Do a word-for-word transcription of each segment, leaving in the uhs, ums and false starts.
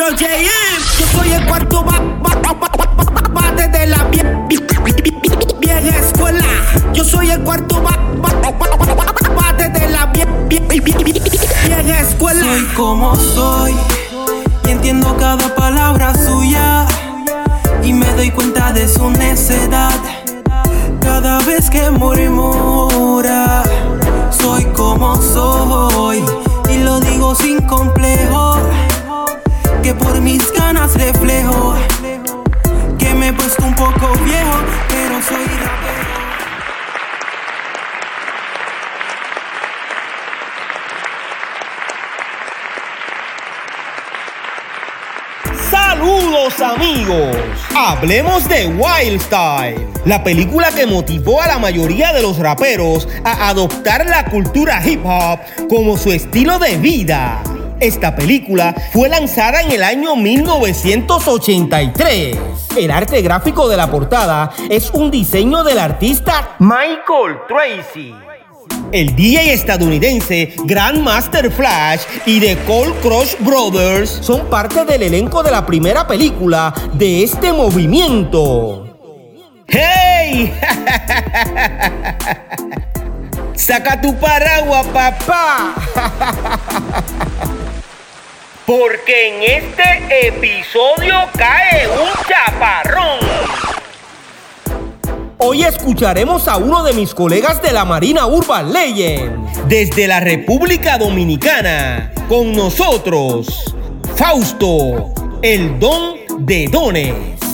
Dímelo, J M. Yo soy el cuarto bate de la vieja escuela. Yo soy el cuarto bate de la vieja escuela. Soy como soy y entiendo cada palabra suya y me doy cuenta de su necedad cada vez que murmura. Soy como soy y lo digo sin complejo, que por mis ganas reflejo que me he puesto un poco viejo, pero soy rapero. Saludos amigos, hablemos de Wild Style, la película que motivó a la mayoría de los raperos a adoptar la cultura hip hop como su estilo de vida. Esta película fue lanzada en el año mil novecientos ochenta y tres. El arte gráfico de la portada es un diseño del artista Michael Tracy. El D J estadounidense Grandmaster Flash y The Cold Crush Brothers son parte del elenco de la primera película de este movimiento. ¡Hey! ¡Saca tu paraguas, papá! Porque en este episodio cae un chaparrón. Hoy escucharemos a uno de mis colegas de la Marina Urban Legends, desde la República Dominicana. Con nosotros, Fausto, el don de dones.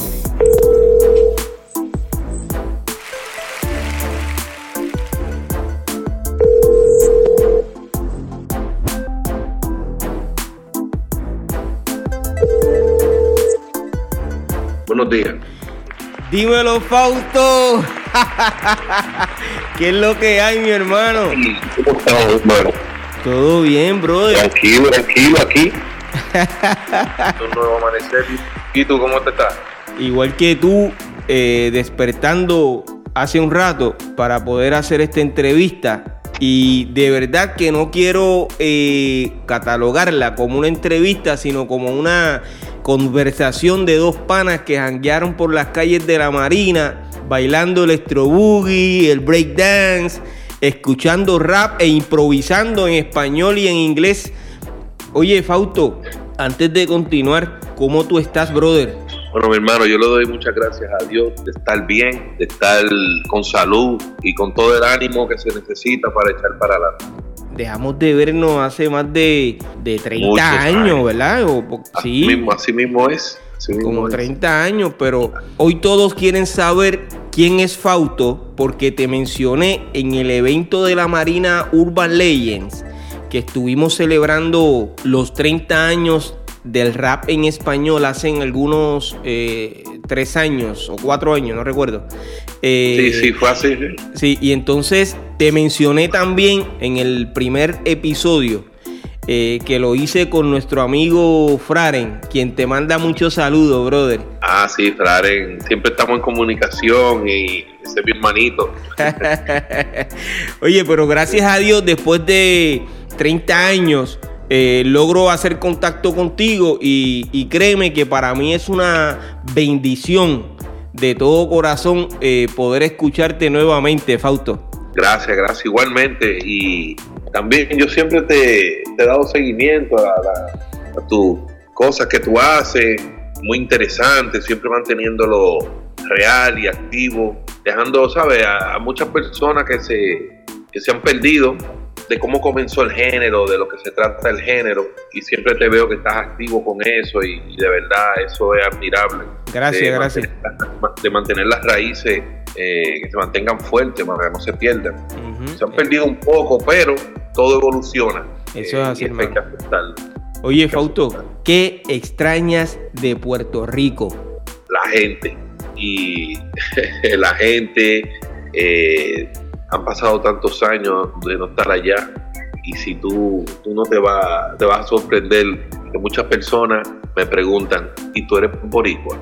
Buenos días. Dímelo, Fausto. ¿Qué es lo que hay, mi hermano? ¿Cómo estás, hermano? Todo bien, brother. Tranquilo, tranquilo, aquí. Un nuevo amanecer. ¿Y tú cómo te estás? Igual que tú, eh, despertando hace un rato para poder hacer esta entrevista. Y de verdad que no quiero eh, catalogarla como una entrevista, sino como una conversación de dos panas que janguearon por las calles de la Marina, bailando el electro boogie, el breakdance, escuchando rap e improvisando en español y en inglés. Oye, Fausto, antes de continuar, ¿cómo tú estás, brother? Bueno, mi hermano, yo le doy muchas gracias a Dios de estar bien, de estar con salud y con todo el ánimo que se necesita para echar para adelante. Dejamos de vernos hace más de, de treinta Muchos años, años, ¿verdad? O, sí, así mismo, así mismo es. Así mismo como es. treinta años, pero hoy todos quieren saber quién es Fausto, porque te mencioné en el evento de la Marina Urban Legends, que estuvimos celebrando los treinta años del rap en español hace algunos eh, tres años o cuatro años, no recuerdo. Eh, sí, sí, fue así. Sí. sí, y entonces te mencioné también en el primer episodio eh, que lo hice con nuestro amigo Fraren, quien te manda muchos saludos, brother. Ah, sí, Fraren, siempre estamos en comunicación y ese es mi hermanito. Oye, pero gracias a Dios, después de treinta años, Eh, logro hacer contacto contigo y, y créeme que para mí es una bendición de todo corazón eh, poder escucharte nuevamente, Fausto. Gracias, gracias igualmente. Y también yo siempre te, te he dado seguimiento a, la, a tus cosas que tú haces, muy interesante, siempre manteniéndolo real y activo, dejando, ¿sabes?, a, a muchas personas que se, que se han perdido de cómo comenzó el género, de lo que se trata el género, y siempre te veo que estás activo con eso y, y de verdad eso es admirable. Gracias, de gracias. Mantener, de mantener las raíces, eh, que se mantengan fuertes para que no se pierdan. Uh-huh. Se han perdido un poco, pero todo evoluciona. Eso eh, es así, y hay que aceptarlo. Oye, Fausto, ¿qué extrañas de Puerto Rico? La gente. Y la gente... Eh, han pasado tantos años de no estar allá y si tú, tú no te vas, te vas a sorprender que muchas personas me preguntan, ¿y tú eres boricua?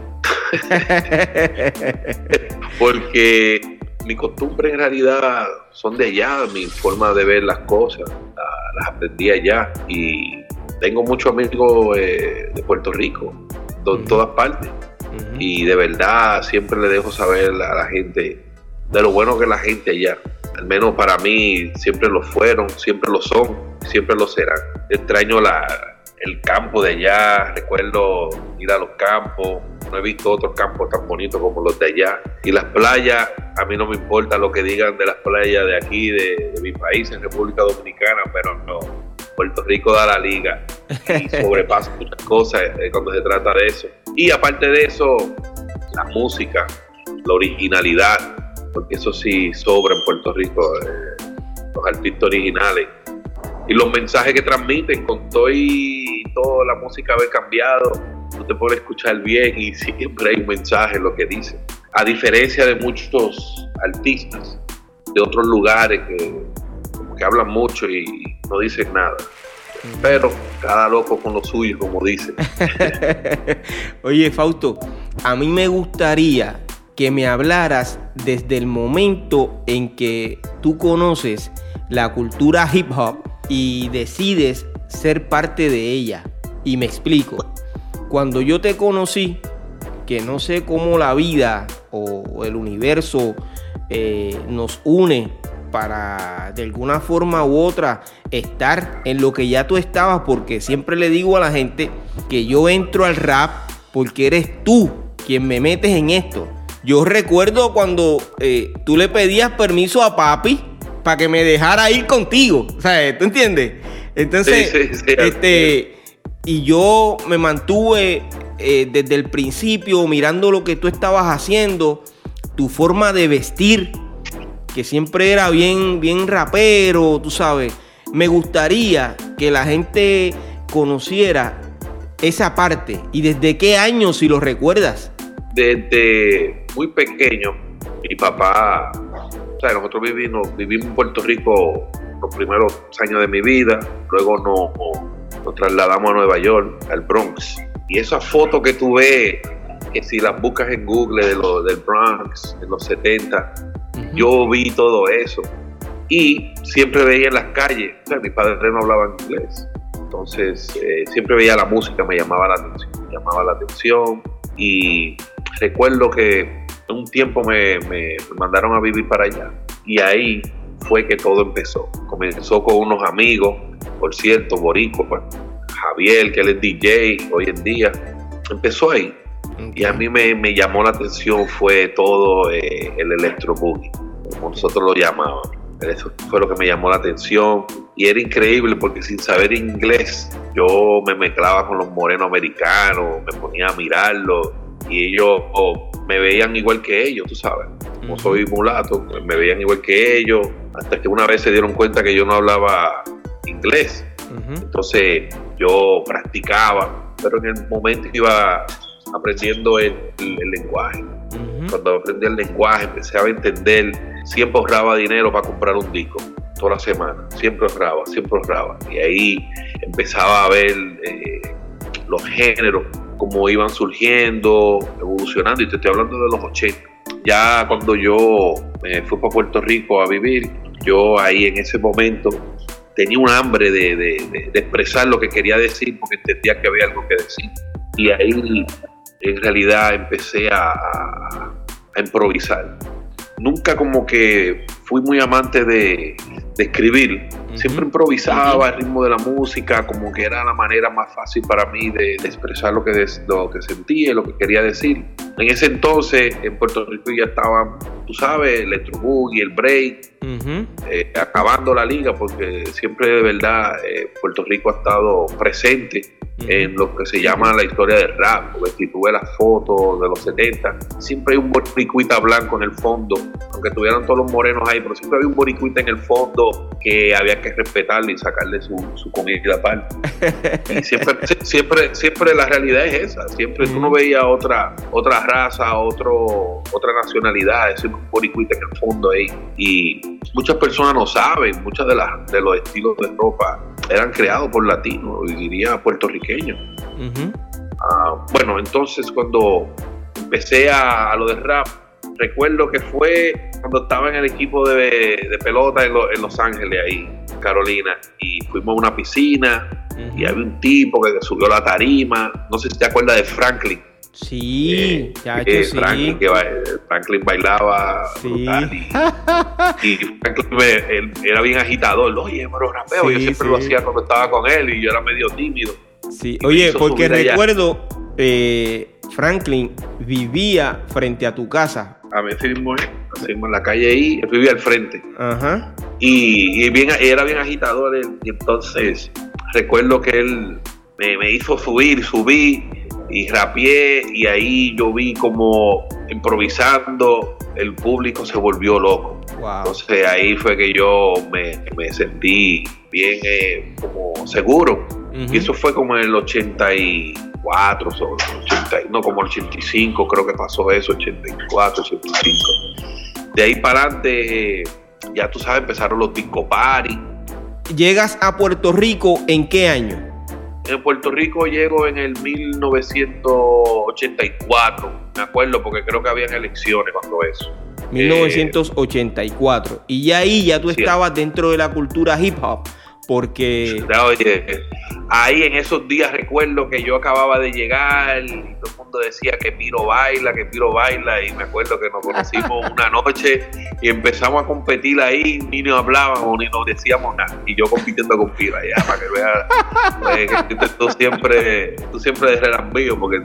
Porque mi costumbre en realidad son de allá, mi forma de ver las cosas, las aprendí allá y tengo muchos amigos eh, de Puerto Rico, de uh-huh. todas partes. Uh-huh. Y de verdad siempre le dejo saber a la gente de lo bueno que es la gente allá. Al menos para mí siempre lo fueron, siempre lo son, siempre lo serán. Extraño la, el campo de allá, recuerdo ir a los campos. No he visto otros campos tan bonitos como los de allá. Y las playas, a mí no me importa lo que digan de las playas de aquí, de, de mi país, en República Dominicana, pero no. Puerto Rico da la liga y sobrepasa muchas cosas eh, cuando se trata de eso. Y aparte de eso, la música, la originalidad, porque eso sí sobra en Puerto Rico, eh, los artistas originales. Y los mensajes que transmiten, con todo y toda la música haber cambiado, tú te puedes escuchar bien y siempre hay un mensaje en lo que dicen. A diferencia de muchos artistas de otros lugares que, como que hablan mucho y no dicen nada. Pero cada loco con lo suyo, como dicen. Oye, Fausto, a mí me gustaría que me hablaras desde el momento en que tú conoces la cultura hip hop y decides ser parte de ella. Y me explico. Cuando yo te conocí, que no sé cómo la vida o el universo eh, nos une para de alguna forma u otra estar en lo que ya tú estabas, porque siempre le digo a la gente que yo entro al rap porque eres tú quien me metes en esto. Yo recuerdo cuando eh, tú le pedías permiso a papi para que me dejara ir contigo, o sea, ¿tú entiendes? Entonces, sí, sí, sí, este, y yo me mantuve eh, desde el principio mirando lo que tú estabas haciendo, tu forma de vestir, que siempre era bien, bien rapero, tú sabes. Me gustaría que la gente conociera esa parte. ¿Y desde qué año, si lo recuerdas? Desde muy pequeño, mi papá, o sea, nosotros vivimos, vivimos en Puerto Rico los primeros años de mi vida, luego nos, nos trasladamos a Nueva York, al Bronx. Y esas fotos que tú ves, que si las buscas en Google de lo, del Bronx, en los setenta, uh-huh. yo vi todo eso. Y siempre veía en las calles, o sea, mi padre no hablaba inglés, entonces eh, siempre veía la música, me llamaba la atención, me llamaba la atención. Y recuerdo que un tiempo me, me, me mandaron a vivir para allá, y ahí fue que todo empezó. Comenzó con unos amigos, por cierto, boricua, pues, Javier, que él es D J hoy en día, empezó ahí. Okay. Y a mí me, me llamó la atención, fue todo eh, el electro boogie, como nosotros lo llamábamos. Eso fue lo que me llamó la atención, y era increíble porque sin saber inglés yo me mezclaba con los morenos americanos, me ponía a mirarlos y ellos oh, me veían igual que ellos, tú sabes. Como uh-huh. soy mulato, pues me veían igual que ellos, hasta que una vez se dieron cuenta que yo no hablaba inglés. Uh-huh. Entonces yo practicaba, pero en el momento iba aprendiendo el, el, el lenguaje. Uh-huh. Cuando aprendí el lenguaje empecé a entender. Siempre ahorraba dinero para comprar un disco, toda la semana, siempre ahorraba, siempre ahorraba. Y ahí empezaba a ver eh, los géneros, cómo iban surgiendo, evolucionando, y te estoy hablando de los ochenta. Ya cuando yo me fui para Puerto Rico a vivir, yo ahí en ese momento tenía un hambre de, de, de, de expresar lo que quería decir, porque entendía que había algo que decir. Y ahí en realidad empecé a, a, a improvisar. Nunca como que fui muy amante de, de escribir. Uh-huh. Siempre improvisaba al ritmo de la música, como que era la manera más fácil para mí de, de expresar lo que, de, lo que sentía, lo que quería decir. En ese entonces, en Puerto Rico ya estaba, tú sabes, el electro boogie, el break, uh-huh. eh, acabando la liga, porque siempre de verdad eh, Puerto Rico ha estado presente uh-huh. en lo que se llama la historia del rap. Porque si tú ves las fotos de los setenta, siempre hay un boricuita blanco en el fondo, aunque tuvieran todos los morenos ahí, pero siempre había un boricuita en el fondo que había que respetarle y sacarle su, su comida aparte. Y siempre, siempre, siempre la realidad es esa, siempre uh-huh. tú no veías otra, otra raza, otro, otra nacionalidad, es un boricuita en el fondo ahí. Y muchas personas no saben, muchos de, las, de los estilos de ropa eran creados por latinos, y diría puertorriqueños. Uh-huh. Uh, bueno, entonces cuando empecé a, a lo de rap, recuerdo que fue cuando estaba en el equipo de, de pelota en, lo, en Los Ángeles, ahí, Carolina, y fuimos a una piscina, uh-huh. y había un tipo que subió la tarima, no sé si te acuerdas de Franklin. Sí, eh, ya eh, sí. Franklin, que ba- Franklin bailaba sí. brutal y, y Franklin me, él, era bien agitador. Oye, pero rapeo, sí, yo siempre sí. lo hacía cuando estaba con él y yo era medio tímido. Sí, oye, porque recuerdo, eh, Franklin vivía frente a tu casa. A mí mismo, así mismo en la calle ahí, él vivía al frente. Ajá. Y, y bien, era bien agitador él, y entonces recuerdo que él me, me hizo subir, subí y rapeé, y ahí yo vi como improvisando el público se volvió loco. Wow. Entonces ahí fue que yo me, me sentí bien eh, como seguro. Uh-huh. Y eso fue como en el ochenta y cuatro, sobre ochenta, no, como el ochenta y cinco creo que pasó eso, ochenta y cuatro, ochenta y cinco. De ahí para adelante, ya tú sabes, empezaron los disco party. ¿Llegas a Puerto Rico en qué año? En Puerto Rico llego en el mil novecientos ochenta y cuatro, me acuerdo, porque creo que habían elecciones cuando eso. mil novecientos ochenta y cuatro. Eh, y ahí ya tú sí. estabas dentro de la cultura hip hop, porque... Oye, ahí en esos días recuerdo que yo acababa de llegar y todo el mundo decía que Piro baila, que Piro baila, y me acuerdo que nos conocimos una noche y empezamos a competir ahí, ni nos hablábamos ni nos decíamos nada, y yo compitiendo con Piro allá, para que veas pues, que tú siempre tú siempre de relambío, porque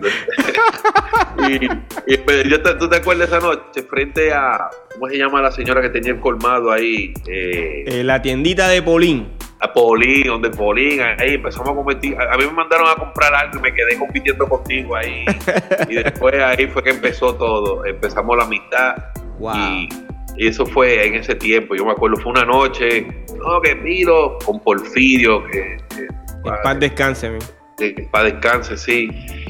y, y yo te, tú te acuerdas esa noche frente a, ¿cómo se llama la señora que tenía el colmado ahí? Eh, eh, la tiendita de Polín. A Polín, donde Polín, ahí empezamos a competir. A mí me mandaron a comprar algo y me quedé compitiendo contigo ahí. Y después ahí fue que empezó todo. Empezamos la amistad. Wow. Y, y eso fue en ese tiempo. Yo me acuerdo, fue una noche, no, que Piro, con Porfirio. Que, que, en paz descanse, man. Que en paz descanse, sí.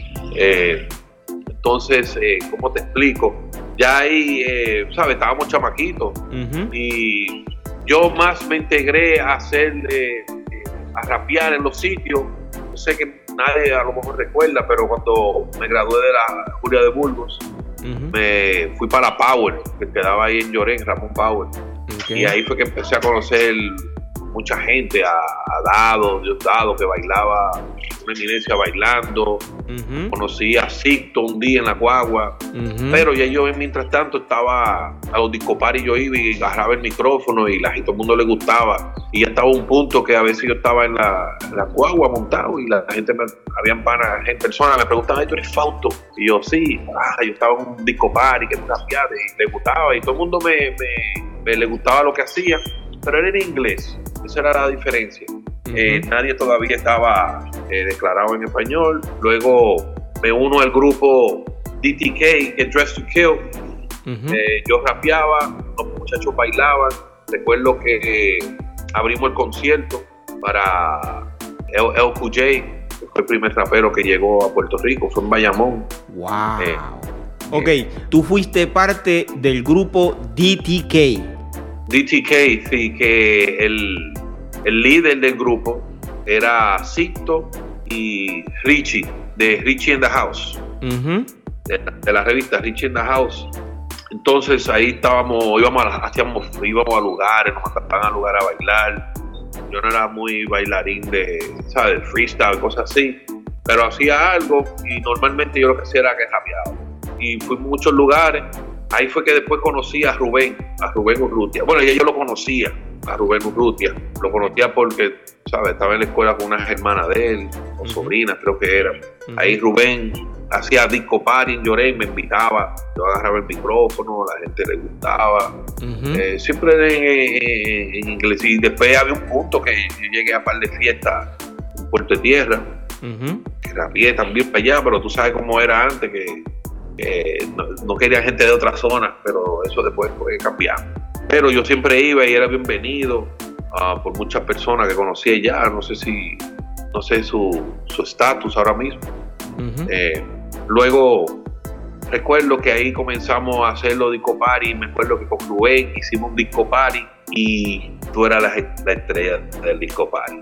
Eh, entonces, eh, ¿cómo te explico? Ya ahí, eh, ¿sabes? Estábamos chamaquitos. Uh-huh. Y yo más me integré a hacer, eh, a rapear en los sitios. No sé que nadie a lo mejor recuerda, pero cuando me gradué de la Julia de Burgos, uh-huh. me fui para Power, que quedaba ahí en Llorén, Ramón Power. Okay. Y ahí fue que empecé a conocer mucha gente, a, a Dado, Dios Dado, que bailaba, una eminencia bailando. Uh-huh. Conocí a Sicto un día en la guagua. Uh-huh. Pero ya yo, mientras tanto, estaba a los disco party, yo iba y agarraba el micrófono y, la, y todo el mundo le gustaba. Y ya estaba un punto que a veces yo estaba en la, en la guagua montado y la gente, me, habían panas, gente, personas me preguntaban, ¿tú eres Fausto? Y yo, sí. Ah, yo estaba en un disco party que me rapeaba y le gustaba. Y todo el mundo me, me, me le gustaba lo que hacía. Pero era en inglés. Esa era la diferencia. Uh-huh. Eh, nadie todavía estaba eh, declarado en español. Luego me uno al grupo D T K, Get Dressed to Kill. Uh-huh. Eh, yo rapeaba, los muchachos bailaban. Recuerdo que eh, abrimos el concierto para L Q J, que fue el primer rapero que llegó a Puerto Rico, fue en Bayamón. Wow. Eh, ok, eh, tú fuiste parte del grupo D T K. D T K, sí, que el, el líder del grupo era Sicto y Richie, de Richie in the House, uh-huh. de, de la revista Richie in the House. Entonces ahí estábamos, íbamos a, hacíamos, íbamos a lugares, nos mandaban a lugares a bailar. Yo no era muy bailarín de, ¿sabes? De freestyle, cosas así, pero hacía algo y normalmente yo lo que hacía era que rapeaba. Y fui a muchos lugares. Ahí fue que después conocí a Rubén, a Rubén Urrutia. Bueno, ya yo lo conocía, a Rubén Urrutia. Lo conocía porque, ¿sabes? Estaba en la escuela con unas hermanas de él, o uh-huh. sobrinas creo que eran. Uh-huh. Ahí Rubén hacía disco party en Llorén, me invitaba. Yo agarraba el micrófono, la gente le gustaba. Uh-huh. Eh, siempre en, en, en inglés. Y después había un punto que yo llegué a un par de fiestas en Puerto de Tierra. Uh-huh. Que rapié también para allá, pero tú sabes cómo era antes, que... Eh, no, no quería gente de otras zonas, pero eso después fue cambiando. Pero yo siempre iba y era bienvenido uh, por muchas personas que conocía ya. No sé si, no sé su estatus ahora mismo. Uh-huh. Eh, luego recuerdo que ahí comenzamos a hacer los disco party. Me acuerdo que con Rubén hicimos un disco party y tú eras la, la estrella del disco party.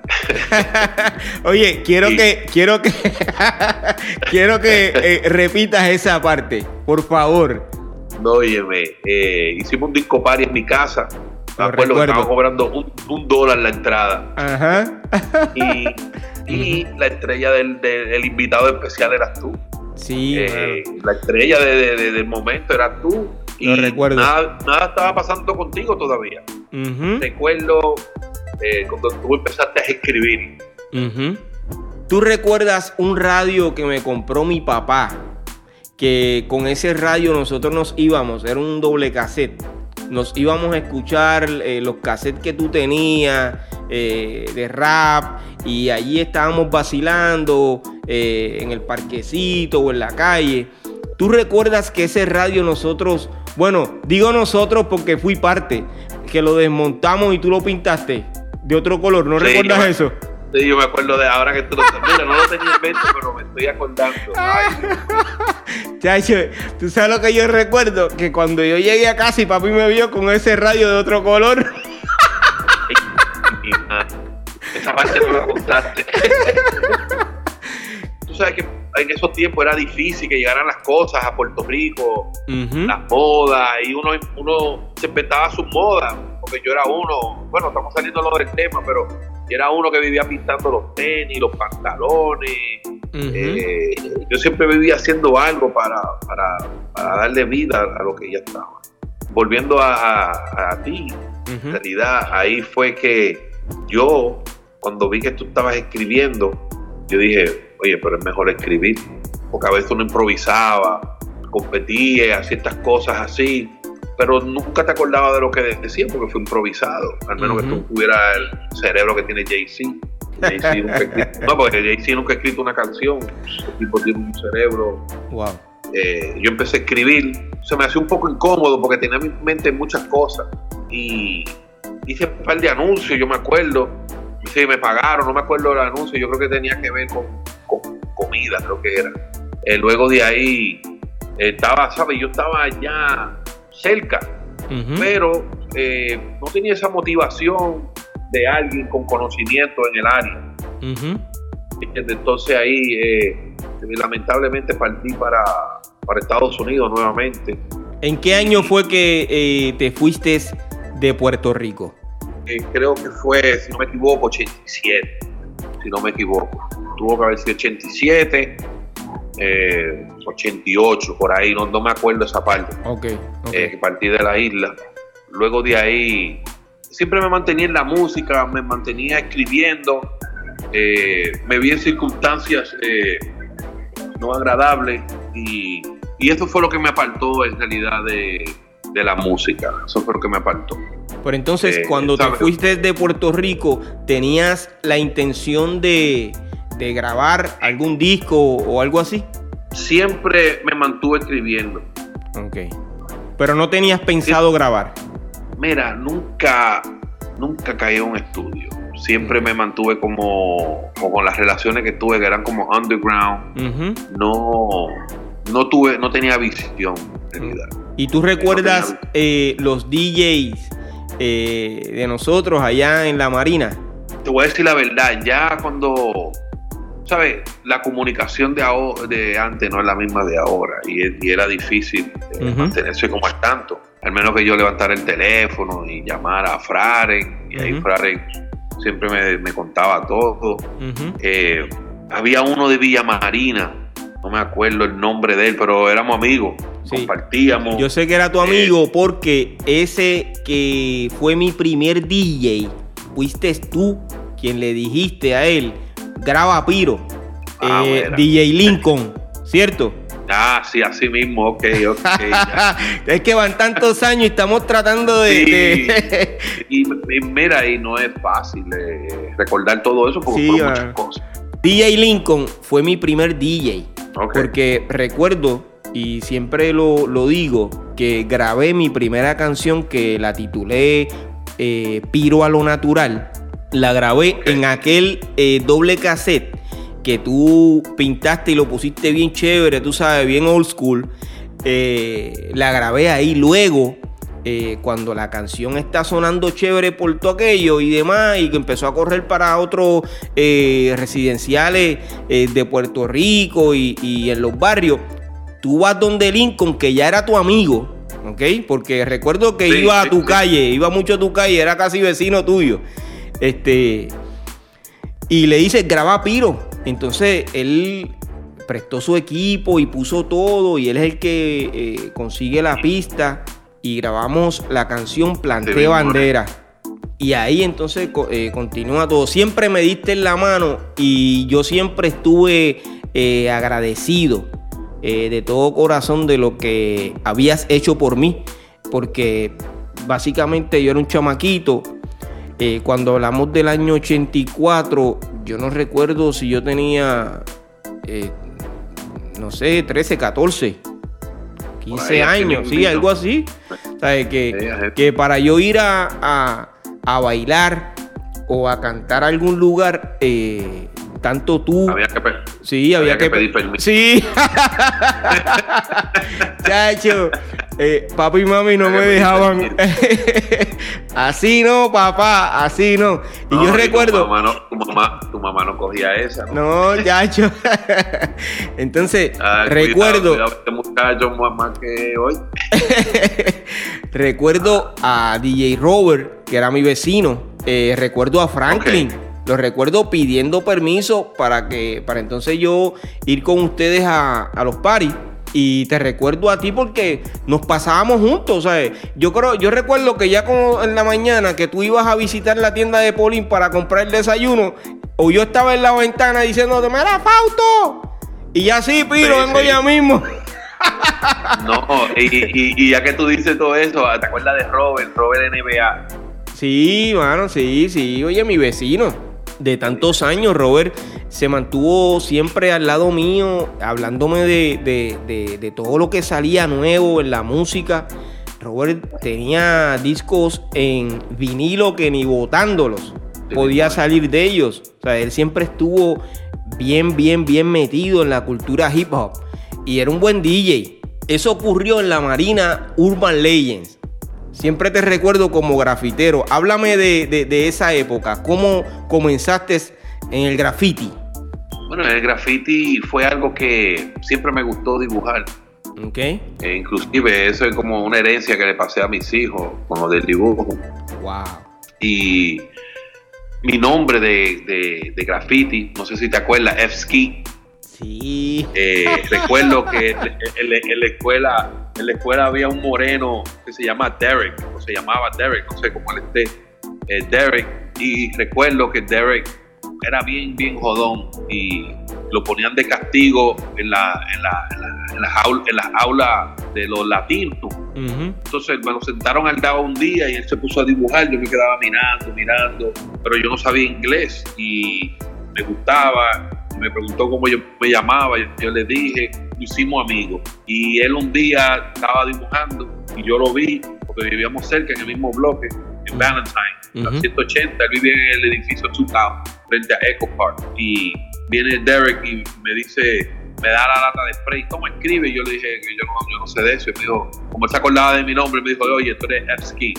Oye, quiero y, que quiero que quiero que eh, repitas esa parte, por favor. cuando, óyeme, eh, hicimos un disco party en mi casa. Me Lo acuerdo que recuerdo. estaban cobrando un, un dólar la entrada. Ajá. Y, y la estrella del, del, del invitado especial eras tú. Sí, Eh, bueno. la estrella de, de, de- del momento eras tú. Y Lo recuerdo. Nada, nada estaba pasando contigo todavía. Ujú, Recuerdo eh, cuando tú empezaste a escribir. ujú. ¿Tú recuerdas un radio que me compró mi papá? Que con ese radio nosotros nos íbamos, era un doble cassette. Nos íbamos a escuchar eh, los cassettes que tú tenías eh, de rap, y allí estábamos vacilando eh, en el parquecito o en la calle. ¿Tú recuerdas que ese radio nosotros, bueno, digo nosotros porque fui parte, que lo desmontamos y tú lo pintaste de otro color? ¿No Sí, recuerdas yo- eso? Sí, yo me acuerdo de ahora que tú lo mira, no lo tenía en mente, pero me estoy acordando. Ay, Chacho, tú sabes lo que yo recuerdo, que cuando yo llegué a casa y papi me vio con ese radio de otro color. mi madre. Esa parte no la contaste. Tú sabes que en esos tiempos era difícil que llegaran las cosas a Puerto Rico, Ujú. las modas, y uno, uno se inventaba sus modas, porque yo era uno, bueno, estamos saliendo lo del tema, pero yo era uno que vivía pintando los tenis, los pantalones. Ujú. Eh, yo siempre vivía haciendo algo para, para, para darle vida a lo que ya estaba. Volviendo a, a, a ti, en Ujú. realidad ahí fue que yo, cuando vi que tú estabas escribiendo, yo dije, oye, pero es mejor escribir, porque a veces uno improvisaba, competía, hacía estas cosas así, pero nunca te acordabas de lo que decía porque fue improvisado, al menos Ujú. que tú tuvieras el cerebro que tiene Jay-Z. Jay-Z nunca ha escrito- no, porque Jay-Z nunca ha escrito una canción, el tipo tiene un cerebro. Wow. Eh, yo empecé a escribir, se me hacía un poco incómodo porque tenía en mi mente muchas cosas y hice un par de anuncios, yo me acuerdo, sí, me pagaron, no me acuerdo del anuncio, yo creo que tenía que ver con, con comida, creo que era. Eh, luego de ahí eh, estaba, ¿sabes? Yo estaba ya cerca, Ujú. pero eh, no tenía esa motivación de alguien con conocimiento en el área. Ujú. ¿Entiendes? Entonces ahí eh, lamentablemente partí para, para Estados Unidos nuevamente. ¿En qué año fue que eh, te fuiste de Puerto Rico? Eh, creo que fue, si no me equivoco, ochenta y siete, si no me equivoco. Tuvo que haber sido ochenta y siete, eh, ochenta y ocho, por ahí, no, no me acuerdo esa parte, Ok. ok. eh, que partí de la isla. Luego de ahí, siempre me mantenía en la música, me mantenía escribiendo, eh, me vi en circunstancias eh, no agradables y, y eso fue lo que me apartó en realidad de, de la música, eso fue lo que me apartó. Pero entonces, eh, cuando te ¿sabes? fuiste de Puerto Rico, ¿tenías la intención de, de grabar algún disco o algo así? Siempre me mantuve escribiendo. Ok. Pero no tenías pensado grabar. Mira, nunca, nunca caí en un estudio. Siempre me mantuve como, como con las relaciones que tuve, que eran como underground. Ujú. No, no tuve, no tenía visión, en realidad. ¿Y tú recuerdas eh, los D Js eh, de nosotros allá en la Marina? Te voy a decir la verdad, ya cuando, ¿sabes? La comunicación de, ahora, de antes no es la misma de ahora y, y era difícil eh, Ujú. mantenerse como al tanto. Al menos que yo levantara el teléfono y llamara a Fraren, y ahí Ujú. Fraren siempre me, me contaba todo. Ujú. Eh, había uno de Villa Marina, no me acuerdo el nombre de él, pero éramos amigos, Sí. compartíamos. Yo sé que era tu amigo porque ese que fue mi primer D J, fuiste tú quien le dijiste a él, graba Piro, Ah, eh, bueno. D J Lincoln, ¿cierto? Ah, sí, así mismo, ok, ok. ya. Es que van tantos años y estamos tratando de... Sí. de- Y, y mira, y no es fácil eh, recordar todo eso porque Sí, fueron ah. muchas cosas. D J Lincoln fue mi primer D J. Ok. Porque recuerdo, y siempre lo, lo digo, que grabé mi primera canción que la titulé eh, Piro a lo Natural. La grabé Ok. en aquel eh, doble cassette que tú pintaste y lo pusiste bien chévere, tú sabes, bien old school. Eh, la grabé ahí. Luego, eh, cuando la canción está sonando chévere por todo aquello y demás, y que empezó a correr para otros eh, residenciales eh, de Puerto Rico y, y en los barrios, tú vas donde Lincoln, que ya era tu amigo, ¿ok? Porque recuerdo que sí, iba a sí, tu sí. calle, iba mucho a tu calle, era casi vecino tuyo. Este, y le dice, graba Piro. Entonces él prestó su equipo y puso todo, y él es el que eh, consigue la pista, y grabamos la canción Planté Sí, Bandera. Y ahí entonces eh, continúa todo. Siempre me diste en la mano y yo siempre estuve eh, agradecido eh, de todo corazón de lo que habías hecho por mí. Porque básicamente yo era un chamaquito. Eh, cuando hablamos del año ochenta y cuatro, yo no recuerdo si yo tenía, eh, no sé, trece, catorce, quince años, sí, algo así. ¿Sabes? Que, que para yo ir a... a a bailar o a cantar a algún lugar, eh, tanto tú... Había que, pe- sí, había, había que, que pedir permiso. Sí. Chacho, eh, papi y mami no Había me que pedir dejaban. Así no, papá, así no. Y No, yo y recuerdo... Tu mamá, no, tu, mamá, tu mamá no cogía esa, ¿no? No, chacho. Entonces, Ah, recuerdo... Cuidado, cuidado, este muchacho más, más que hoy. Recuerdo a D J Robert, que era mi vecino. Eh, recuerdo a Franklin. Okay. Lo recuerdo pidiendo permiso para que para entonces yo ir con ustedes a, a los parties. Y te recuerdo a ti porque nos pasábamos juntos, ¿sabes? Yo creo, yo recuerdo que ya como en la mañana que tú ibas a visitar la tienda de Polín para comprar el desayuno, o yo estaba en la ventana diciéndote, ¡mira, Fausto! Y ya sí, Piro, Sí, vengo sí. ya mismo. No, y, y, y ya que tú dices todo eso, ¿te acuerdas de Robert? Robert N B A. Sí, mano, sí, sí. Oye, mi vecino de tantos años, Robert, se mantuvo siempre al lado mío, hablándome de, de, de, de todo lo que salía nuevo en la música. Robert tenía discos en vinilo que ni botándolos podía salir de ellos. O sea, él siempre estuvo bien, bien, bien metido en la cultura hip hop. Y era un buen D J. Eso ocurrió en la Marina Urban Legends. Siempre te recuerdo como grafitero. Háblame de, de, de esa época. ¿Cómo comenzaste en el graffiti? Bueno, el graffiti fue algo que siempre me gustó dibujar. Ok. E inclusive eso es como una herencia que le pasé a mis hijos con lo del dibujo. Wow. Y mi nombre de, de, de graffiti, no sé si te acuerdas, F-Ski. Sí. Eh, recuerdo que en, en, en la escuela en la escuela había un moreno que se llama Derek, o se llamaba Derek, no sé cómo él esté, eh, Derek, y recuerdo que Derek era bien, bien jodón y lo ponían de castigo en la, en la, en la, en la jaula, en las aulas de los latinos. Uh-huh. Entonces me lo sentaron al lado un día y él se puso a dibujar, yo me quedaba mirando, mirando, pero yo no sabía inglés y me gustaba. Me preguntó cómo yo me llamaba, yo, yo le dije, hicimos amigos. Y él un día estaba dibujando y yo lo vi, porque vivíamos cerca en el mismo bloque, en Valentine, uh-huh. La ciento ochenta, él vivía en el edificio dos mil, frente a Echo Park. Y viene Derek y me dice, me da la lata de spray, ¿cómo escribe? Y yo le dije que yo no, yo no sé de eso. Y me dijo, como él se acordaba de mi nombre, me dijo, oye, tú eres F-Ski.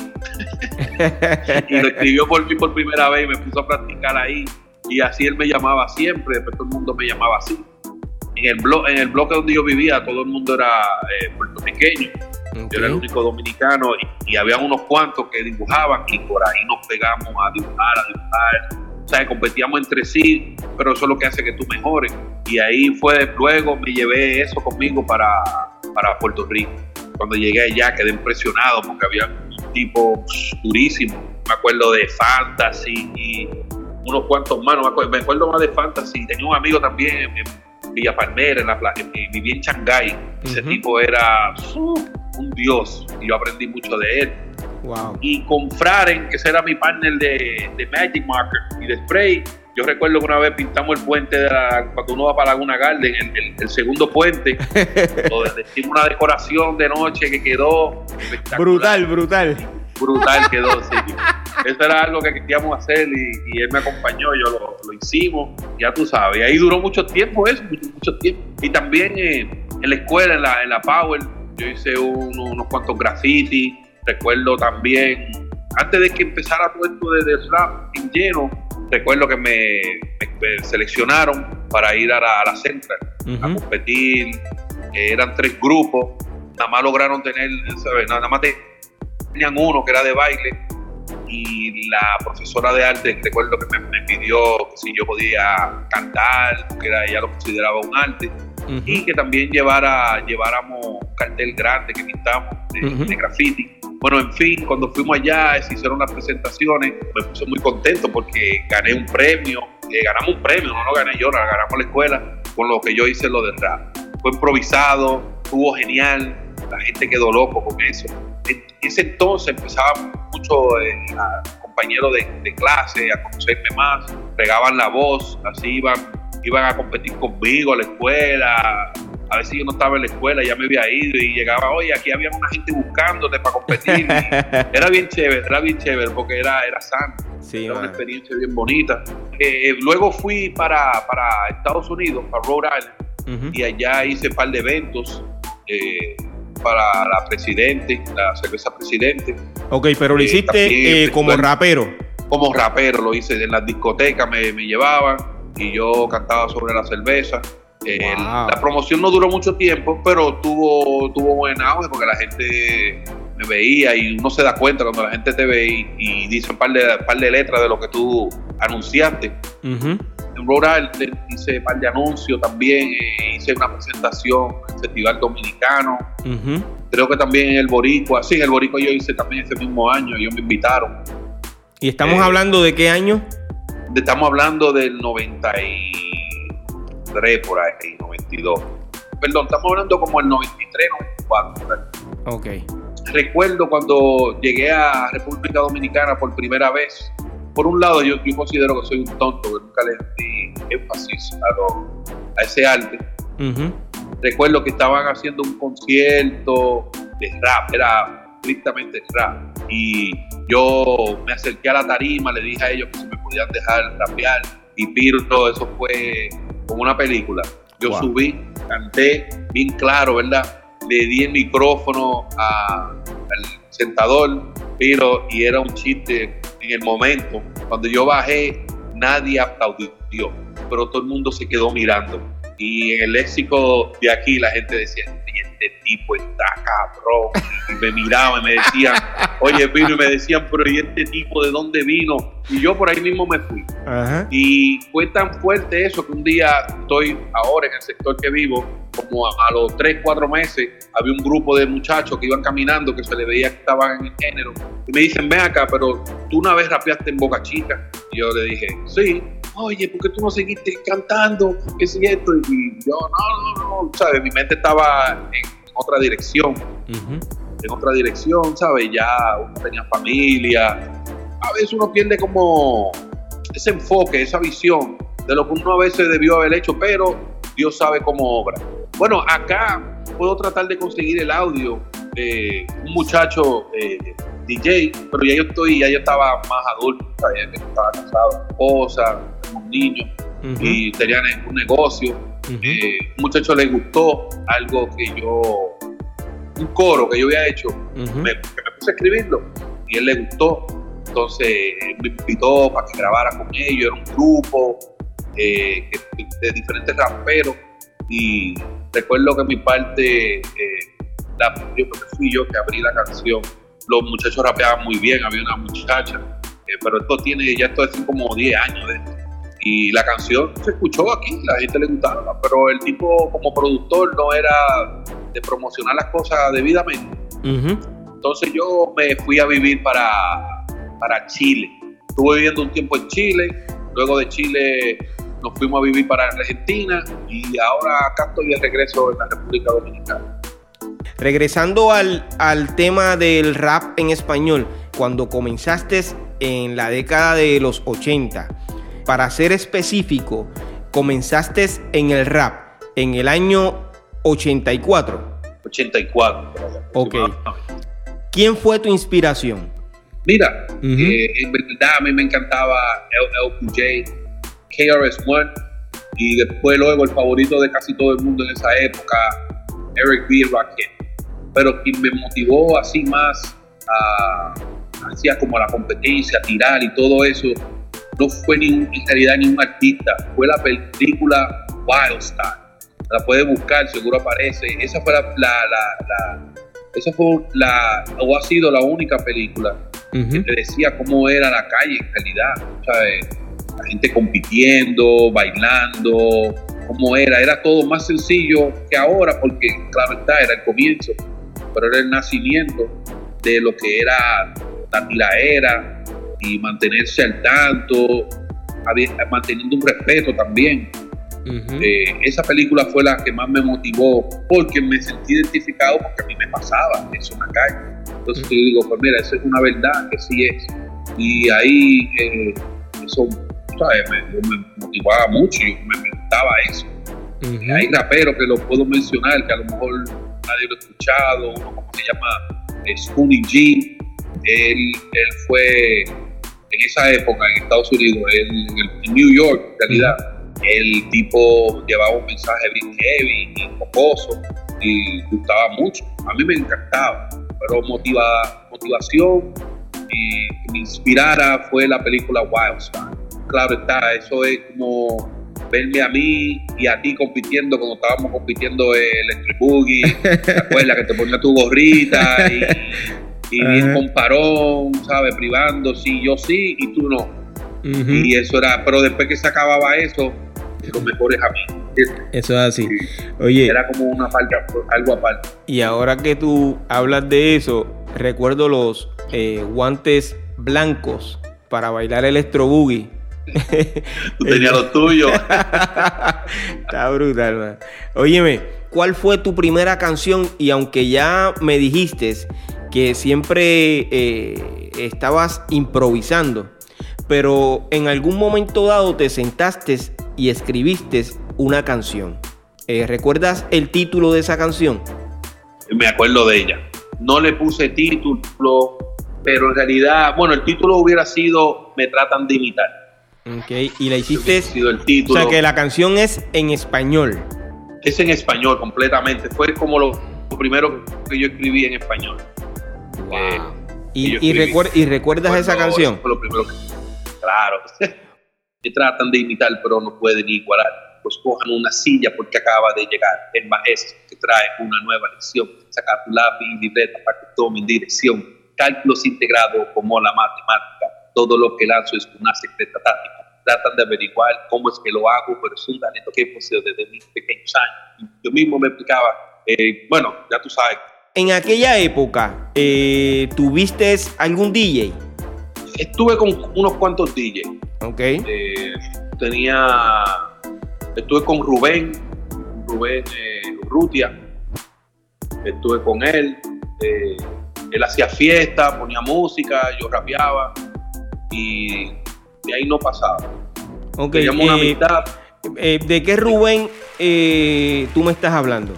Y lo escribió por mí por primera vez y me puso a practicar ahí. Y así él me llamaba siempre, después todo el mundo me llamaba así. En el, blo- en el bloque donde yo vivía, todo el mundo era eh, puertorriqueño. Okay. Yo era el único dominicano y, y había unos cuantos que dibujaban y por ahí nos pegamos a dibujar, a dibujar. O sea, competíamos entre sí, pero eso es lo que hace que tú mejores. Y ahí fue, luego me llevé eso conmigo para, para Puerto Rico. Cuando llegué allá quedé impresionado porque había un tipo durísimo. Me acuerdo de Fantasy y unos cuantos más, no me acuerdo, me acuerdo más de Fantasy. Tenía un amigo también en, en Villa Palmera, en la playa, vivía en Shanghái. Uh-huh. Ese tipo era uh, un dios y yo aprendí mucho de él. Wow. Y con Fraren, que ese era mi partner de, de Magic Marker y de Spray, yo recuerdo que una vez pintamos el puente de la, cuando uno va para Laguna Garden, el, el, el segundo puente, donde hicimos una decoración de noche que quedó espectacular. Brutal, brutal. Brutal quedó, sí. Eso era algo que queríamos hacer y, y él me acompañó, yo lo, lo hicimos, ya tú sabes. Y ahí duró mucho tiempo eso, mucho, mucho tiempo. Y también eh, en la escuela, en la, en la Power, yo hice un, unos cuantos graffiti. Recuerdo también, antes de que empezara todo esto de, de rap en lleno, recuerdo que me, me, me seleccionaron para ir a la, a la Central, uh-huh. a competir. Eh, eran tres grupos nada más lograron tener, ¿sabes? Nada más tenían uno que era de baile, y la profesora de arte, recuerdo que me, me pidió que si yo podía cantar, porque era, ella lo consideraba un arte, uh-huh. y que también llevara, lleváramos un cartel grande que pintamos de, uh-huh. de graffiti. Bueno, en fin, cuando fuimos allá, se hicieron las presentaciones, me puse muy contento porque gané un premio, eh, ganamos un premio, no lo gané yo, lo ganamos la escuela, con lo que yo hice lo del rap. Fue improvisado, estuvo genial, la gente quedó loco con eso. En ese entonces empezaban muchos eh, compañeros de, de clase a conocerme más, regaban la voz, así iban, iban a competir conmigo a la escuela. A veces yo no estaba en la escuela, ya me había ido y llegaba, oye, aquí había una gente buscándote para competir. Era bien chévere, era bien chévere porque era, era sano, sí, era man. Una experiencia bien bonita. Eh, luego fui para, para Estados Unidos, para Rhode Island, uh-huh. y allá hice un par de eventos. Eh, para la Presidente, la cerveza Presidente. Ok, pero lo eh, hiciste eh, como rapero. Como rapero, lo hice en las discotecas, me, me llevaban y yo cantaba sobre la cerveza. Eh, wow. La promoción no duró mucho tiempo, pero tuvo, tuvo buen auge porque la gente me veía y uno se da cuenta cuando la gente te ve y, y dice un par de, par de letras de lo que tú anunciaste. Uh-huh. En Rhode Island hice un par de anuncios también, eh, hice una presentación en el Festival Dominicano, uh-huh. creo que también en el Boricua, sí, en el Boricua yo hice también ese mismo año, ellos me invitaron. ¿Y estamos eh, hablando de qué año? De, estamos hablando del noventa y tres por ahí, noventa y dos. Perdón, estamos hablando como el noventa y tres, noventa y cuatro. Por ahí. Ok. Recuerdo cuando llegué a República Dominicana por primera vez. Por un lado, yo, yo considero que soy un tonto, que nunca le di énfasis a, lo, a ese arte. Uh-huh. Recuerdo que estaban haciendo un concierto de rap, era estrictamente rap. Y yo me acerqué a la tarima, le dije a ellos que si me podían dejar rapear. Y Pirro, eso fue como una película. Yo wow. subí, canté bien claro, ¿verdad? Le di el micrófono a, al sentador, Piro, y era un chiste en el momento. Cuando yo bajé, nadie aplaudió, pero todo el mundo se quedó mirando. Y en el léxico de aquí la gente decía, este tipo está cabrón. Y me miraban y me decían, oye, Piro, y me decían, pero ¿y este tipo de dónde vino? Y yo por ahí mismo me fui. Uh-huh. Y fue tan fuerte eso que un día estoy ahora en el sector que vivo, como a, a los tres, cuatro meses, había un grupo de muchachos que iban caminando, que se les veía que estaban en el género. Y me dicen, ven acá, pero tú una vez rapeaste en Boca Chica. Y yo le dije, sí. Oye, ¿por qué tú no seguiste cantando? ¿Qué es esto? Y yo, no, no, no, ¿sabes? Mi mente estaba en otra dirección. Uh-huh. En otra dirección, ¿sabes? Ya uno tenía familia. A veces uno pierde como ese enfoque, esa visión de lo que uno a veces debió haber hecho, pero Dios sabe cómo obra. Bueno, acá puedo tratar de conseguir el audio de un muchacho eh, D J, pero ya yo estoy, ya yo estaba más adulto, ¿sabes? Estaba casado, esposa, un niño, uh-huh. y tenían un negocio. Uh-huh. Eh, un muchacho le gustó algo que yo, un coro que yo había hecho, uh-huh. me, que me puse a escribirlo, y él le gustó. Entonces me invitó para que grabara con ellos, era un grupo eh, de diferentes raperos, y recuerdo que mi parte, eh, la, yo creo que fui yo que abrí la canción. Los muchachos rapeaban muy bien, había una muchacha, eh, pero esto tiene, ya esto es como diez años de esto. Y la canción se escuchó aquí, la gente le gustaba, pero el tipo como productor no era de promocionar las cosas debidamente. Uh-huh. Entonces yo me fui a vivir para, para Chile. Estuve viviendo un tiempo en Chile, luego de Chile nos fuimos a vivir para Argentina y ahora acá estoy de regreso en la República Dominicana. Regresando al, al tema del rap en español, cuando comenzaste en la década de los ochenta, para ser específico, comenzaste en el rap en el año ochenta y cuatro. ochenta y cuatro. Ok. ¿Quién fue tu inspiración? Mira, uh-huh. eh, en verdad a mí me encantaba L L Cool J, K R S One, y después luego el favorito de casi todo el mundo en esa época, Eric B. Rakim. Pero quien me motivó así más a, hacía como la competencia, a tirar y todo eso, no fue ni, en realidad ni un artista, fue la película Wild Style. la puedes buscar, seguro aparece. Esa fue la, la, la, la esa fue la, o ha sido la única película uh-huh. que te decía cómo era la calle en realidad, ¿sabes? La gente compitiendo, bailando, cómo era, era todo más sencillo que ahora, porque claro está, era el comienzo, pero era el nacimiento de lo que era la tiraera y mantenerse al tanto, manteniendo un respeto también. Uh-huh. Eh, esa película fue la que más me motivó porque me sentí identificado, porque a mí me pasaba eso en la calle. Entonces uh-huh. yo digo, pues mira, eso es una verdad que sí es. Y ahí eh, eso, ¿sabes? Me, me motivaba mucho, yo me preguntaba eso. Uh-huh. Hay raperos que lo puedo mencionar, que a lo mejor nadie lo ha escuchado, uno como se llama eh, Spoonie G. Él, él fue en esa época en Estados Unidos, él, en New York en realidad. Uh-huh. El tipo llevaba un mensaje bien heavy y jocoso y gustaba mucho. A mí me encantaba, pero motiva, motivación y que me inspirara fue la película Wildstar. Claro está, eso es como verme a mí y a ti compitiendo cuando estábamos compitiendo el Electric Boogie. ¿Te acuerdas que te ponía tu gorrita y, y bien con parón, ¿sabes? Privando, sí, yo sí y tú no. Uh-huh. Y eso era, pero después que se acababa eso, los mejores amigos. Eso es así. Oye, era como una parte, algo aparte. Y ahora que tú hablas de eso, recuerdo los eh, guantes blancos para bailar electro boogie. Tú tenías los tuyos. Está brutal, man. Óyeme, ¿cuál fue tu primera canción? Y aunque ya me dijiste que siempre eh, estabas improvisando, pero en algún momento dado te sentaste y escribiste una canción. Eh, ¿Recuerdas el título de esa canción? Me acuerdo de ella. No le puse título, pero en realidad, bueno, el título hubiera sido Me tratan de imitar. Ok, y la hiciste. Sido el título. O sea que la canción es en español. Es en español completamente. Fue como lo, lo primero que yo escribí en español. Wow. Eh, y, y, recuer- ¿Y recuerdas bueno, esa canción? Eso fue lo primero que. Claro. Que tratan de imitar, pero no pueden igualar. Pues cojan una silla porque acaba de llegar el maestro que trae una nueva lección. Saca tu lápiz y libreta para que tomen dirección. Cálculos integrados como la matemática. Todo lo que lanzo es una secreta táctica. Tratan de averiguar cómo es que lo hago, pero es un talento que he poseído desde mis pequeños años. Yo mismo me explicaba, eh, bueno, ya tú sabes. En aquella época, eh, ¿tuviste algún D J? Estuve con unos cuantos D Js. Ok. Eh, tenía, estuve con Rubén, Rubén eh, Urrutia. Estuve con él. Eh, él hacía fiesta, ponía música, yo rapeaba y de ahí no pasaba. Ok. Teníamos una eh, amistad. Eh, ¿De qué Rubén eh, tú me estás hablando?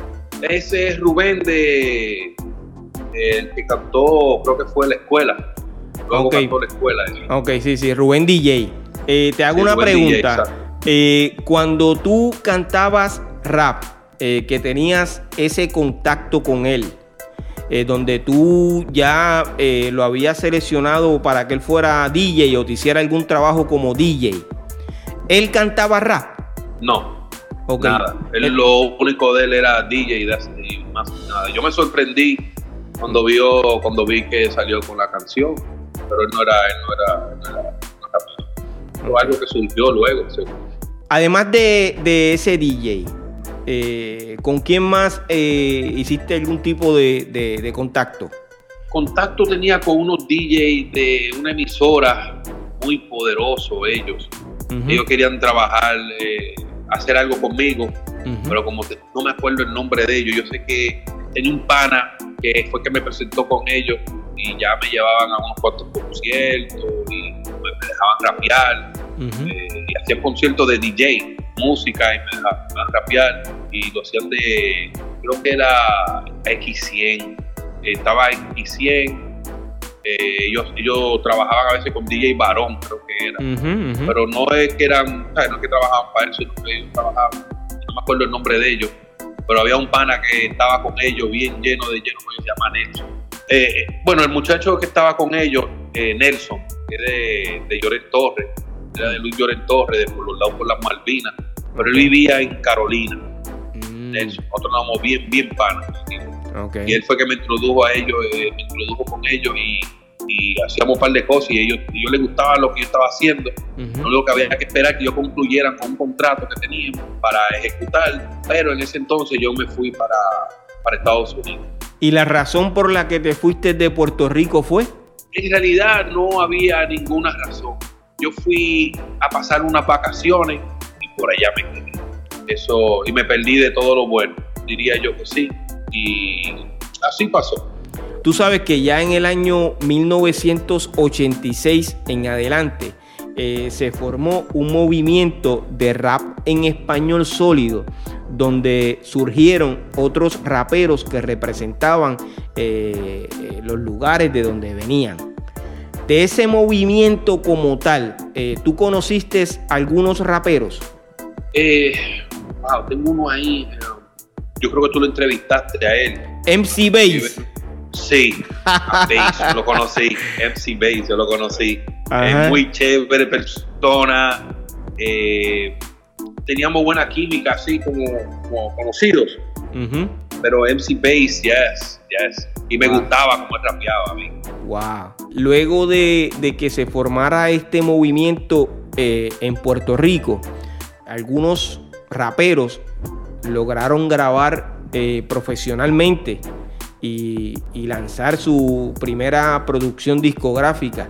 Ese es Rubén de el que cantó, creo que fue La Escuela. Luego okay. cantó La Escuela. ¿sí? Ok, sí, sí, Rubén D J. Eh, te hago sí, una Rubén pregunta. D J, eh, cuando tú cantabas rap, eh, que tenías ese contacto con él, eh, donde tú ya eh, lo habías seleccionado para que él fuera D J o te hiciera algún trabajo como D J, ¿él cantaba rap? No, okay. nada. Él, él, lo único de él era D J y más nada. Yo me sorprendí cuando, vio, cuando vi que salió con la canción, pero él no era, él no era, no era, no era Fue algo que surgió luego. Seguro. Además de, de ese D J, eh, ¿con quién más eh, hiciste algún tipo de, de, de contacto? Contacto tenía con unos D Js de una emisora muy poderoso ellos. Uh-huh. Ellos querían trabajar, eh, hacer algo conmigo, uh-huh. pero como te, no me acuerdo el nombre de ellos, yo sé que tenía un pana que fue que me presentó con ellos y ya me llevaban a unos cuantos conciertos y me, me dejaban rapear. Uh-huh. eh, y hacían conciertos de D J, música, y me dejaban, me dejaban rapear y lo hacían de, creo que era X cien, eh, estaba X cien. Eh, ellos, ellos trabajaban a veces con D J Barón, creo que era, uh-huh, uh-huh. pero no es que eran, ¿sabes? No es que trabajaban para eso, sino que ellos trabajaban, no me acuerdo el nombre de ellos, pero había un pana que estaba con ellos bien lleno de lleno, que se llama Nelson. Eh, bueno, el muchacho que estaba con ellos, eh, Nelson, que es de, de Llorén Torres, era de Luis Llorén Torres, de por los lados por las Malvinas, pero él vivía en Carolina. Mm. Nelson. Nosotros nos vamos bien, bien panas. Okay. Y él fue que me introdujo a ellos, eh, me introdujo con ellos y, y hacíamos un par de cosas y ellos, y yo les gustaba lo que yo estaba haciendo. Uh-huh. Lo único que había que esperar que yo concluyera con un contrato que teníamos para ejecutar, pero en ese entonces yo me fui para, para Estados Unidos. ¿Y la razón por la que te fuiste de Puerto Rico fue? En realidad no había ninguna razón. Yo fui a pasar unas vacaciones y por allá me quedé. Eso, y me perdí de todo lo bueno, diría yo que sí. Y así pasó. Tú sabes que ya en el año mil novecientos ochenta y seis en adelante eh, se formó un movimiento de rap en español sólido, donde surgieron otros raperos que representaban eh, eh, los lugares de donde venían. De ese movimiento como tal, eh, ¿tú conociste algunos raperos? Eh, wow, tengo uno ahí. Yo creo que tú lo entrevistaste a él. M C Base. Sí, a Base, lo conocí. M C Base, yo lo conocí. Es muy chévere persona. Eh, teníamos buena química, así como, como conocidos. Uh-huh. Pero M C Base, yes, yes. Y me wow. gustaba cómo él rapeaba a mí. Wow. Luego de, de que se formara este movimiento eh, en Puerto Rico, algunos raperos lograron grabar eh, profesionalmente y, y lanzar su primera producción discográfica.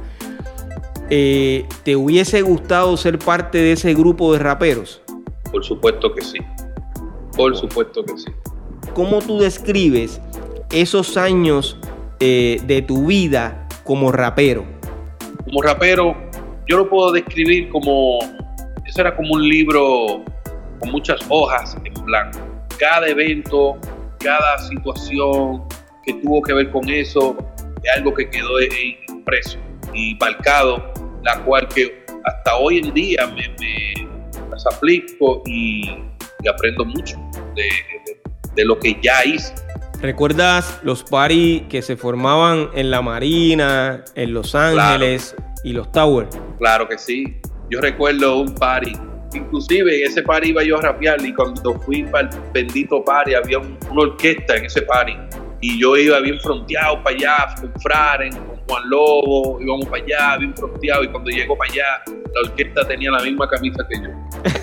Eh, ¿Te hubiese gustado ser parte de ese grupo de raperos? Por supuesto que sí. Por supuesto que sí. ¿Cómo tú describes esos años eh, de tu vida como rapero? Como rapero, yo lo puedo describir como... Eso era como un libro con muchas hojas en blanco. Cada evento, cada situación que tuvo que ver con eso, es algo que quedó impreso y marcado, la cual que hasta hoy en día me, me las aplico y, y aprendo mucho de, de, de lo que ya hice. ¿Recuerdas los parties que se formaban en la Marina, en Los Ángeles claro. y los Towers? Claro que sí. Yo recuerdo un party, inclusive en ese party iba yo a rapear y cuando fui para el bendito party había un, una orquesta en ese party y yo iba bien fronteado para allá con Fraren, con Juan Lobo, íbamos para allá bien fronteado y cuando llego para allá la orquesta tenía la misma camisa que yo.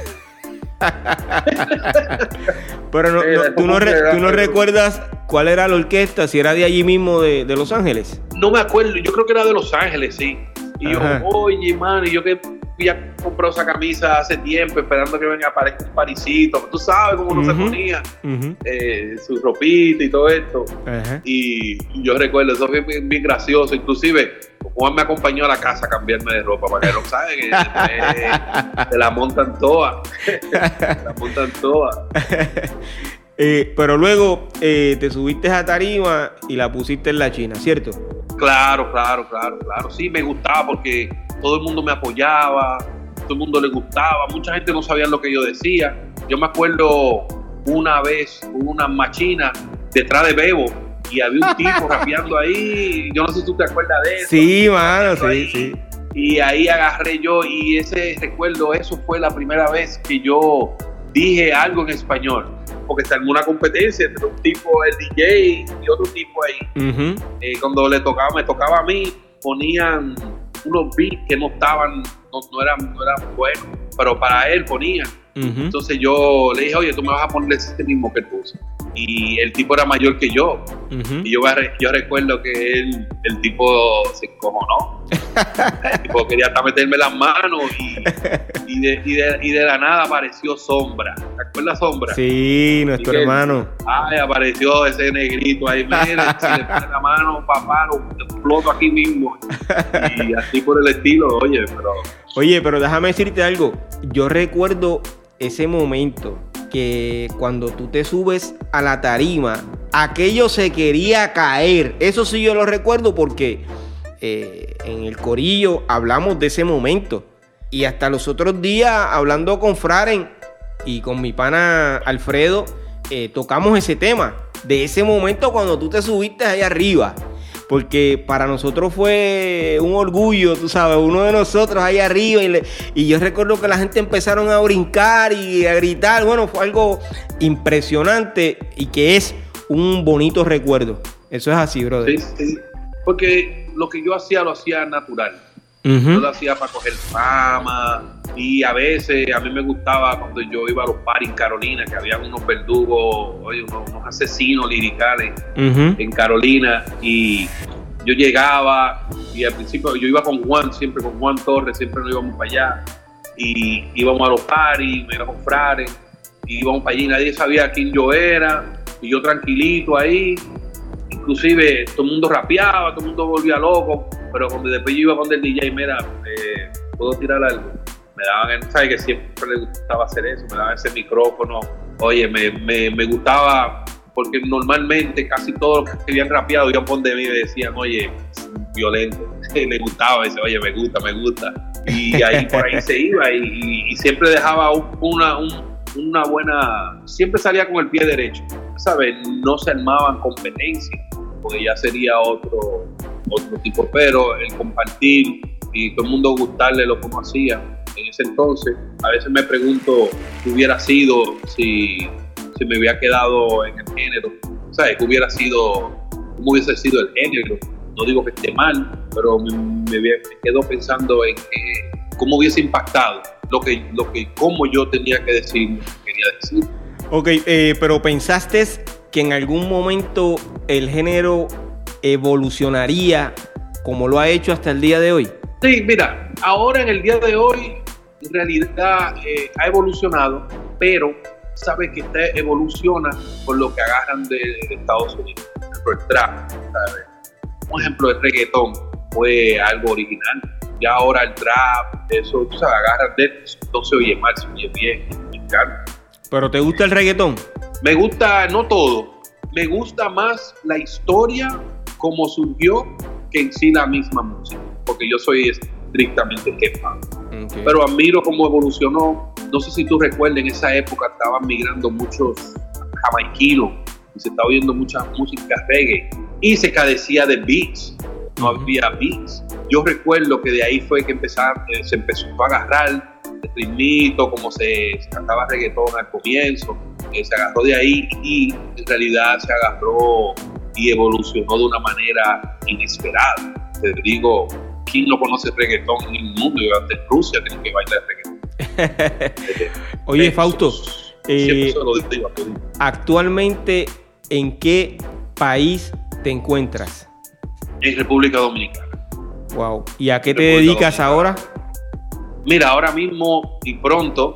Pero no, no, ¿tú, no re, ¿tú no recuerdas cuál era la orquesta? Si era de allí mismo de, de Los Ángeles. No me acuerdo, yo creo que era de Los Ángeles, sí. Y Ajá. yo, oye, mano, y yo que había comprado esa camisa hace tiempo esperando que venga aparezca un parisito, tú sabes cómo uno uh-huh. se ponía uh-huh. eh, su ropita y todo esto. Uh-huh. y, y yo recuerdo, eso fue bien, bien gracioso, inclusive Juan me acompañó a la casa a cambiarme de ropa para que lo saben, que eh, te la montan todas, la montan todas. Eh, pero luego eh, te subiste a tarima y la pusiste en la China, ¿cierto? Claro, claro, claro, claro. Sí, me gustaba porque todo el mundo me apoyaba, todo el mundo le gustaba, mucha gente no sabía lo que yo decía. Yo me acuerdo una vez, una machina detrás de Bebo y había un tipo rapeando ahí, yo no sé si tú te acuerdas de eso. Sí, mano, sí, ahí. sí. Y ahí agarré yo y ese recuerdo, eso fue la primera vez que yo dije algo en español. Porque está en una competencia entre un tipo, el D J y otro tipo ahí. Uh-huh. Eh, cuando le tocaba, me tocaba a mí, ponían unos beats que no estaban, no, no, eran, no eran buenos, pero para él ponían. Uh-huh. Entonces yo le dije, oye, tú me vas a poner ese mismo que él puso. Y el tipo era mayor que yo. Uh-huh. Y yo, yo recuerdo que él, el tipo se encojonó. El tipo quería hasta meterme las manos y, y, de, y, de, y de la nada apareció Sombra. ¿Te acuerdas Sombra? Sí, nuestro y hermano. Él, ay, apareció ese negrito ahí. Mira, si le pone la mano, papá, lo exploto aquí mismo. Y así por el estilo, oye, pero... Oye, pero déjame decirte algo. Yo recuerdo ese momento que cuando tú te subes a la tarima, aquello se quería caer. Eso sí yo lo recuerdo porque eh, en el corillo hablamos de ese momento. Y hasta los otros días, hablando con Fraren y con mi pana Alfredo, eh, tocamos ese tema. De ese momento cuando tú te subiste ahí arriba. porque para nosotros fue un orgullo, tú sabes, uno de nosotros ahí arriba, y, le, y yo recuerdo que la gente empezaron a brincar y a gritar. Bueno, fue algo impresionante y que es un bonito recuerdo. Eso es así, brother. Sí, sí, porque lo que yo hacía lo hacía natural. Uh-huh. Yo lo hacía para coger fama, y a veces a mí me gustaba cuando yo iba a los paris en Carolina, que había unos verdugos, oye, unos, unos asesinos liricales uh-huh. en Carolina, y yo llegaba y al principio yo iba con Juan, siempre con Juan Torres, siempre nos íbamos para allá, y íbamos a los paris, me iba con Frares, y íbamos para allí, nadie sabía quién yo era, y yo tranquilito ahí. Inclusive todo el mundo rapeaba, todo el mundo volvía loco, pero cuando después yo iba con el D J, mira, eh, ¿puedo tirar algo? Me daban, ¿sabes? Que siempre le gustaba hacer eso, me daban ese micrófono. Oye, me, me, me gustaba, porque normalmente casi todos los que habían rapeado iban por de mí y me decían, oye, violento. Le gustaba, me decía, oye, me gusta, me gusta. Y ahí por ahí se iba, y, y, y siempre dejaba un, una, un, una buena, siempre salía con el pie derecho, ¿sabes? No se armaban competencias, porque ya sería otro, otro tipo, pero el compartir y todo el mundo gustarle lo que uno hacía en ese entonces. A veces me pregunto qué hubiera sido si, si me hubiera quedado en el género, ¿sabes? ¿Qué hubiera sido, cómo hubiese sido el género? No digo que esté mal, pero me, me, me quedo pensando en que, cómo hubiese impactado lo que, lo que, cómo yo tenía que decir, quería decir. Ok, eh, pero ¿pensaste que en algún momento el género evolucionaría como lo ha hecho hasta el día de hoy? Sí, mira, ahora en el día de hoy, en realidad eh, ha evolucionado, pero sabes que este evoluciona por lo que agarran de, de Estados Unidos, por el trap, ¿sabes? Un ejemplo, el reggaetón fue algo original. Ya ahora el trap, eso, tú sabes, agarran de eso, no se oye mal, se oye bien, me encanta. ¿Pero te gusta el reggaetón? Me gusta, no todo, me gusta más la historia, cómo surgió, que en sí la misma música, porque yo soy estrictamente hip hop. Okay. Pero admiro cómo evolucionó. No sé si tú recuerdas, en esa época estaban migrando muchos jamaiquinos y se estaba oyendo mucha música reggae y se carecía de beats, no uh-huh. había beats. Yo recuerdo que de ahí fue que empezaron, eh, se empezó a agarrar el ritmito, como se, se cantaba reggaetón al comienzo, eh, se agarró de ahí y en realidad se agarró y evolucionó de una manera inesperada. Te digo, ¿quién no conoce reggaetón en el mundo? Y hasta en Rusia tienen que bailar reggaetón. Oye, Fausto, eh, actualmente, ¿en qué país te encuentras? En República Dominicana. Wow. ¿Y a qué te dedicas ahora? Mira, ahora mismo y pronto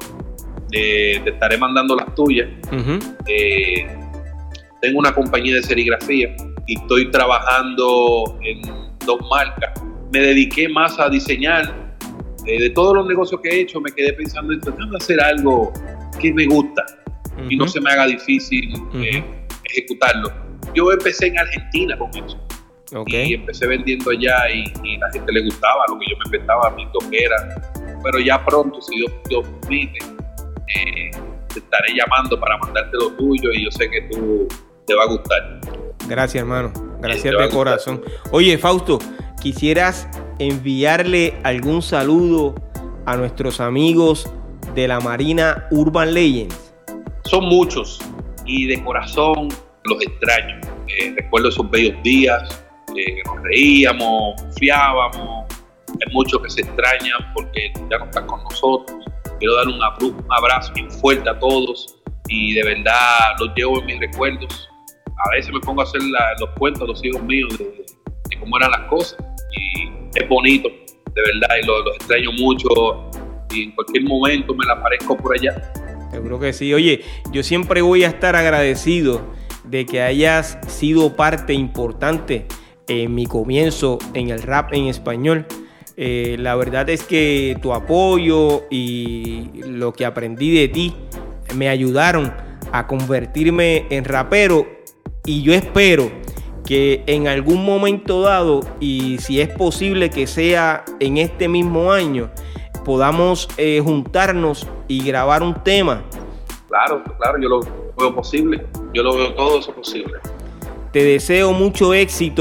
eh, te estaré mandando las tuyas. Uh-huh. Eh, tengo una compañía de serigrafía y estoy trabajando en dos marcas. Me dediqué más a diseñar. Eh, de todos los negocios que he hecho, me quedé pensando en tratar de hacer algo que me gusta uh-huh. y no se me haga difícil uh-huh. eh, ejecutarlo. Yo empecé en Argentina con eso. Okay. Y empecé vendiendo allá y, y la gente le gustaba lo que yo me inventaba, mi toquera. Pero ya pronto, si Dios, Dios permite, eh, te estaré llamando para mandarte lo tuyo y yo sé que tú te va a gustar. Gracias, hermano. Gracias de corazón. Oye, Fausto, ¿quisieras enviarle algún saludo a nuestros amigos de la Marina Urban Legends? Son muchos y de corazón los extraño. Eh, recuerdo esos bellos días eh, que nos reíamos, confiábamos. Hay muchos que se extrañan porque ya no están con nosotros. Quiero dar un, abru- un abrazo bien fuerte a todos y de verdad los llevo en mis recuerdos. A veces me pongo a hacer la, los cuentos a los hijos míos de, de cómo eran las cosas y es bonito, de verdad, y los, los extraño mucho y en cualquier momento me la aparezco por allá. Seguro que sí. Oye, yo siempre voy a estar agradecido de que hayas sido parte importante en mi comienzo en el rap en español. Eh, la verdad es que tu apoyo y lo que aprendí de ti me ayudaron a convertirme en rapero y yo espero que en algún momento dado, y si es posible que sea en este mismo año, podamos eh, juntarnos y grabar un tema. Claro, claro, yo lo veo posible, yo lo veo todo eso posible. Te deseo mucho éxito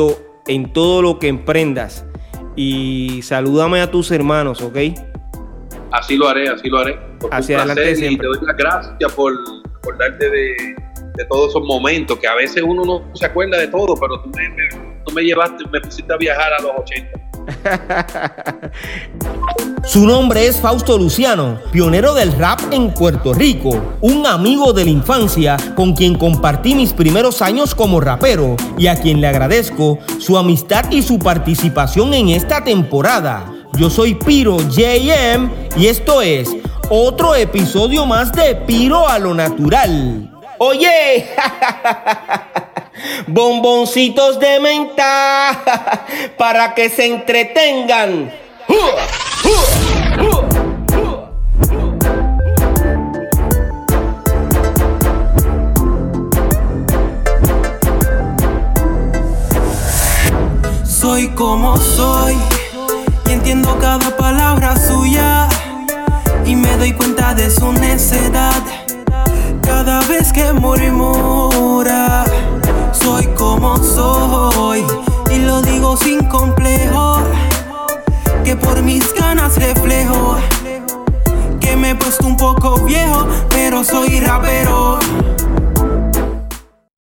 en todo lo que emprendas. Y salúdame a tus hermanos, ¿ok? Así lo haré, así lo haré. Hacia adelante siempre. Y te doy las gracias por acordarte de, de todos esos momentos, que a veces uno no se acuerda de todo, pero tú me, me, tú me llevaste, me pusiste a viajar a los ochenta. Su nombre es Fausto Luciano, pionero del rap en Puerto Rico, un amigo de la infancia con quien compartí mis primeros años como rapero y a quien le agradezco su amistad y su participación en esta temporada. Yo soy Piro J M y esto es otro episodio más de Piro a lo Natural. Oye, bomboncitos de menta para que se entretengan. Soy como soy y entiendo cada palabra suya y me doy cuenta de su necedad cada vez que murmura. Soy como soy y lo digo sin complejo, que por mis ganas reflejo que me he puesto un poco viejo, pero soy rapero.